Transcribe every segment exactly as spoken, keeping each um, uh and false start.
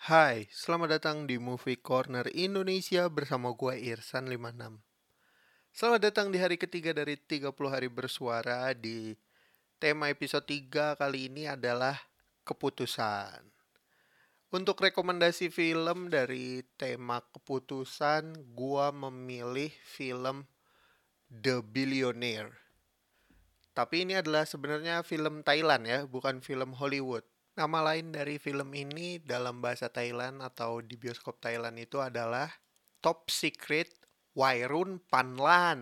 Hai, selamat datang di Movie Corner Indonesia bersama gue Irsan lima enam. Selamat datang di hari ketiga dari tiga puluh hari bersuara. Di tema episode tiga kali ini adalah keputusan. Untuk rekomendasi film dari tema keputusan, gue memilih film The Billionaire. Tapi ini adalah sebenarnya film Thailand ya, bukan film Hollywood. Nama lain dari film ini dalam bahasa Thailand atau di bioskop Thailand itu adalah Top Secret Wairun Panlan.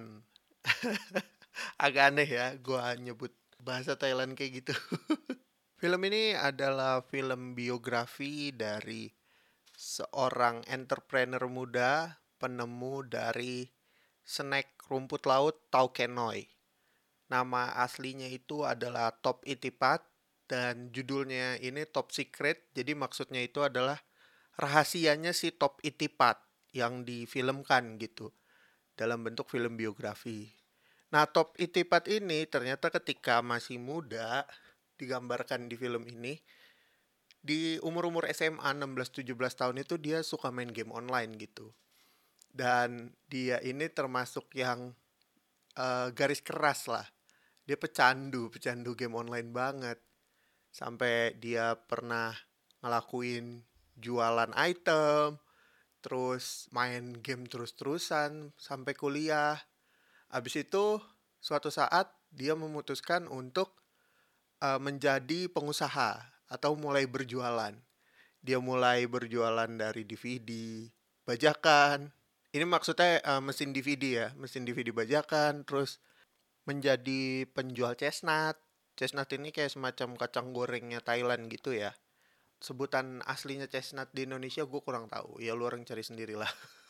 Agak aneh ya, gua nyebut bahasa Thailand kayak gitu. Film ini adalah film biografi dari seorang entrepreneur muda, penemu dari snack rumput laut Taukenoi. Nama aslinya itu adalah Top Itipat dan judulnya ini Top Secret. Jadi maksudnya itu adalah rahasianya si Top Itipat yang difilmkan gitu dalam bentuk film biografi. Nah, Top Itipat ini ternyata ketika masih muda digambarkan di film ini, di umur-umur S M A enam belas tujuh belas tahun itu dia suka main game online gitu. Dan dia ini termasuk yang eh, garis keras lah. Dia pecandu, pecandu game online banget. Sampai dia pernah ngelakuin jualan item, terus main game terus-terusan sampai kuliah. Habis itu suatu saat dia memutuskan untuk uh, menjadi pengusaha atau mulai berjualan. Dia mulai berjualan dari D V D, bajakan. Ini maksudnya uh, mesin D V D ya, mesin D V D bajakan, terus menjadi penjual chestnut. Chestnut ini kayak semacam kacang gorengnya Thailand gitu ya. Sebutan aslinya chestnut di Indonesia gue kurang tahu. Ya lu orang cari sendirilah.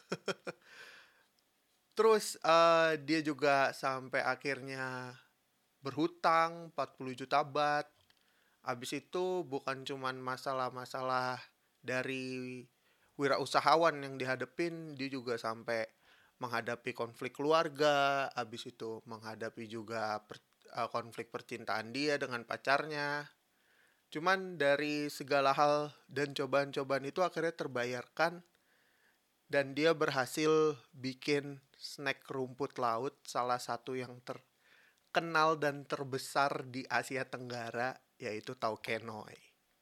Terus eh, dia juga sampai akhirnya berhutang empat puluh juta baht. Habis itu bukan cuman masalah-masalah dari wirausahawan yang dihadapin, dia juga sampai menghadapi konflik keluarga, habis itu menghadapi juga per, uh, konflik percintaan dia dengan pacarnya. Cuman dari segala hal dan cobaan-cobaan itu akhirnya terbayarkan dan dia berhasil bikin snack rumput laut salah satu yang terkenal dan terbesar di Asia Tenggara yaitu Taukenoi.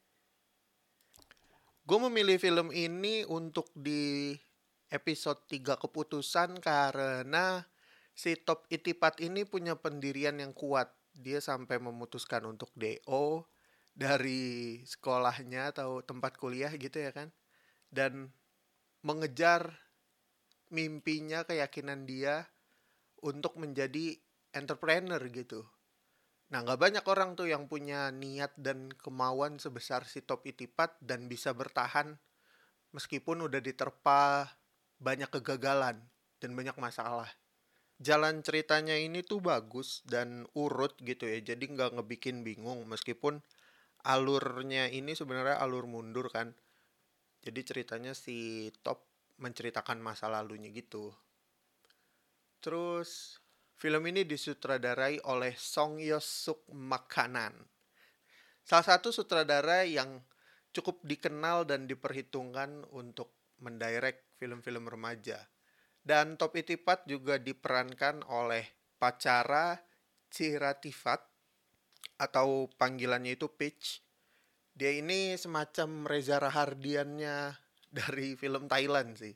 Gue memilih film ini untuk di episode tiga keputusan karena si Top Itipat ini punya pendirian yang kuat. Dia sampai memutuskan untuk D O dari sekolahnya atau tempat kuliah gitu ya kan. Dan mengejar mimpinya, keyakinan dia untuk menjadi entrepreneur gitu. Nah, nggak banyak orang tuh yang punya niat dan kemauan sebesar si Top Itipat dan bisa bertahan meskipun udah diterpa banyak kegagalan dan banyak masalah. Jalan ceritanya ini tuh bagus dan urut gitu ya, jadi nggak ngebikin bingung meskipun alurnya ini sebenarnya alur mundur kan. Jadi ceritanya si Top menceritakan masa lalunya gitu. Terus film ini disutradarai oleh Song Yosuk Makanan. Salah satu sutradara yang cukup dikenal dan diperhitungkan untuk mendirect film-film remaja. Dan Top Itipat juga diperankan oleh Pacara Chiratifat atau panggilannya itu Peach. Dia ini semacam Reza Rahardiannya dari film Thailand sih.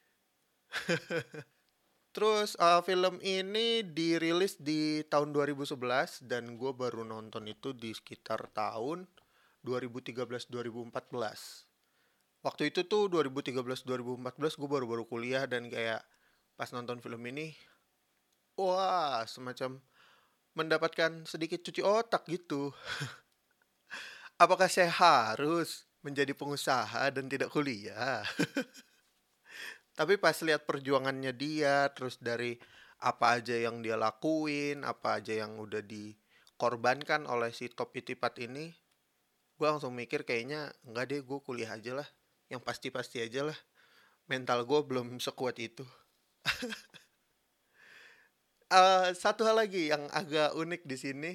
Terus uh, film ini dirilis di tahun dua ribu sebelas dan gue baru nonton itu di sekitar tahun dua ribu tiga belas dua ribu empat belas. Waktu itu tuh dua ribu tiga belas dua ribu empat belas gue baru-baru kuliah dan kayak pas nonton film ini, wah semacam mendapatkan sedikit cuci otak gitu. Apakah saya harus menjadi pengusaha dan tidak kuliah? Tapi pas lihat perjuangannya dia, terus dari apa aja yang dia lakuin, apa aja yang udah dikorbankan oleh si Top Itipat ini, gue langsung mikir kayaknya enggak deh, gue kuliah aja lah. Yang pasti-pasti aja lah. Mental gue belum sekuat itu. Eh, satu hal lagi yang agak unik di sini,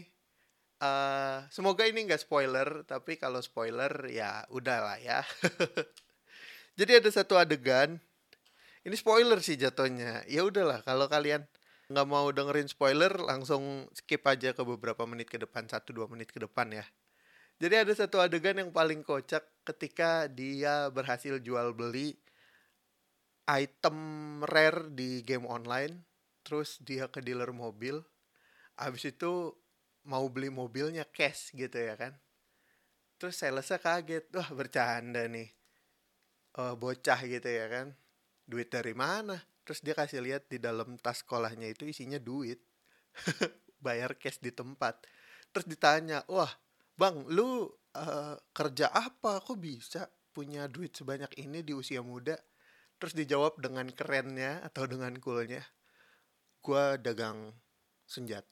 eh semoga ini nggak spoiler, tapi kalau spoiler ya udahlah ya. Jadi ada satu adegan, ini spoiler sih jatuhnya. Ya udahlah, kalau kalian nggak mau dengerin spoiler, langsung skip aja ke beberapa menit ke depan, satu dua menit ke depan ya. Jadi ada satu adegan yang paling kocak ketika dia berhasil jual beli item rare di game online. Terus dia ke dealer mobil. Abis itu mau beli mobilnya cash gitu ya kan. Terus salesnya kaget. Wah bercanda nih. Oh, bocah gitu ya kan. Duit dari mana? Terus dia kasih lihat di dalam tas sekolahnya itu isinya duit. Bayar cash di tempat. Terus ditanya, wah bang lu uh, kerja apa? Kok bisa punya duit sebanyak ini di usia muda? Terus dijawab dengan kerennya atau dengan coolnya, gua dagang senjata.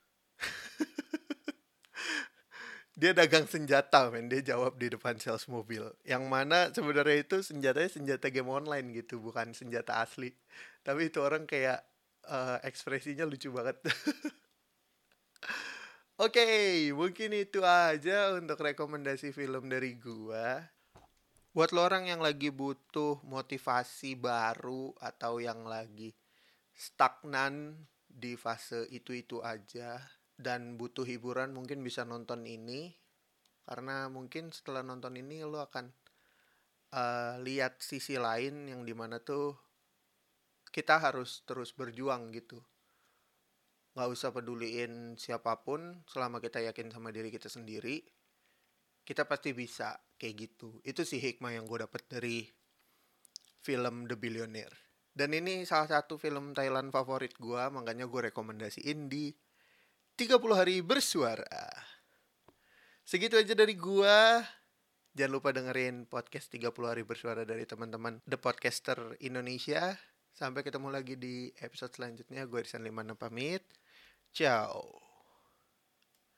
Dia dagang senjata men, dia jawab di depan sales mobil. Yang mana sebenarnya itu senjatanya senjata game online gitu, bukan senjata asli. Tapi itu orang kayak uh, ekspresinya lucu banget. Oke, okay, mungkin itu aja untuk rekomendasi film dari gua. Buat lo orang yang lagi butuh motivasi baru atau yang lagi stagnan di fase itu-itu aja dan butuh hiburan, mungkin bisa nonton ini. Karena mungkin setelah nonton ini lo akan uh, lihat sisi lain yang dimana tuh kita harus terus berjuang gitu. Gak usah peduliin siapapun, selama kita yakin sama diri kita sendiri, kita pasti bisa kayak gitu. Itu sih hikmah yang gue dapet dari film The Billionaire. Dan ini salah satu film Thailand favorit gue, makanya gue rekomendasiin di tiga puluh hari bersuara. Segitu aja dari gue. Jangan lupa dengerin podcast tiga puluh hari bersuara dari teman-teman The Podcaster Indonesia. Sampai ketemu lagi di episode selanjutnya. Gue Irsan lima puluh enam pamit. Ciao.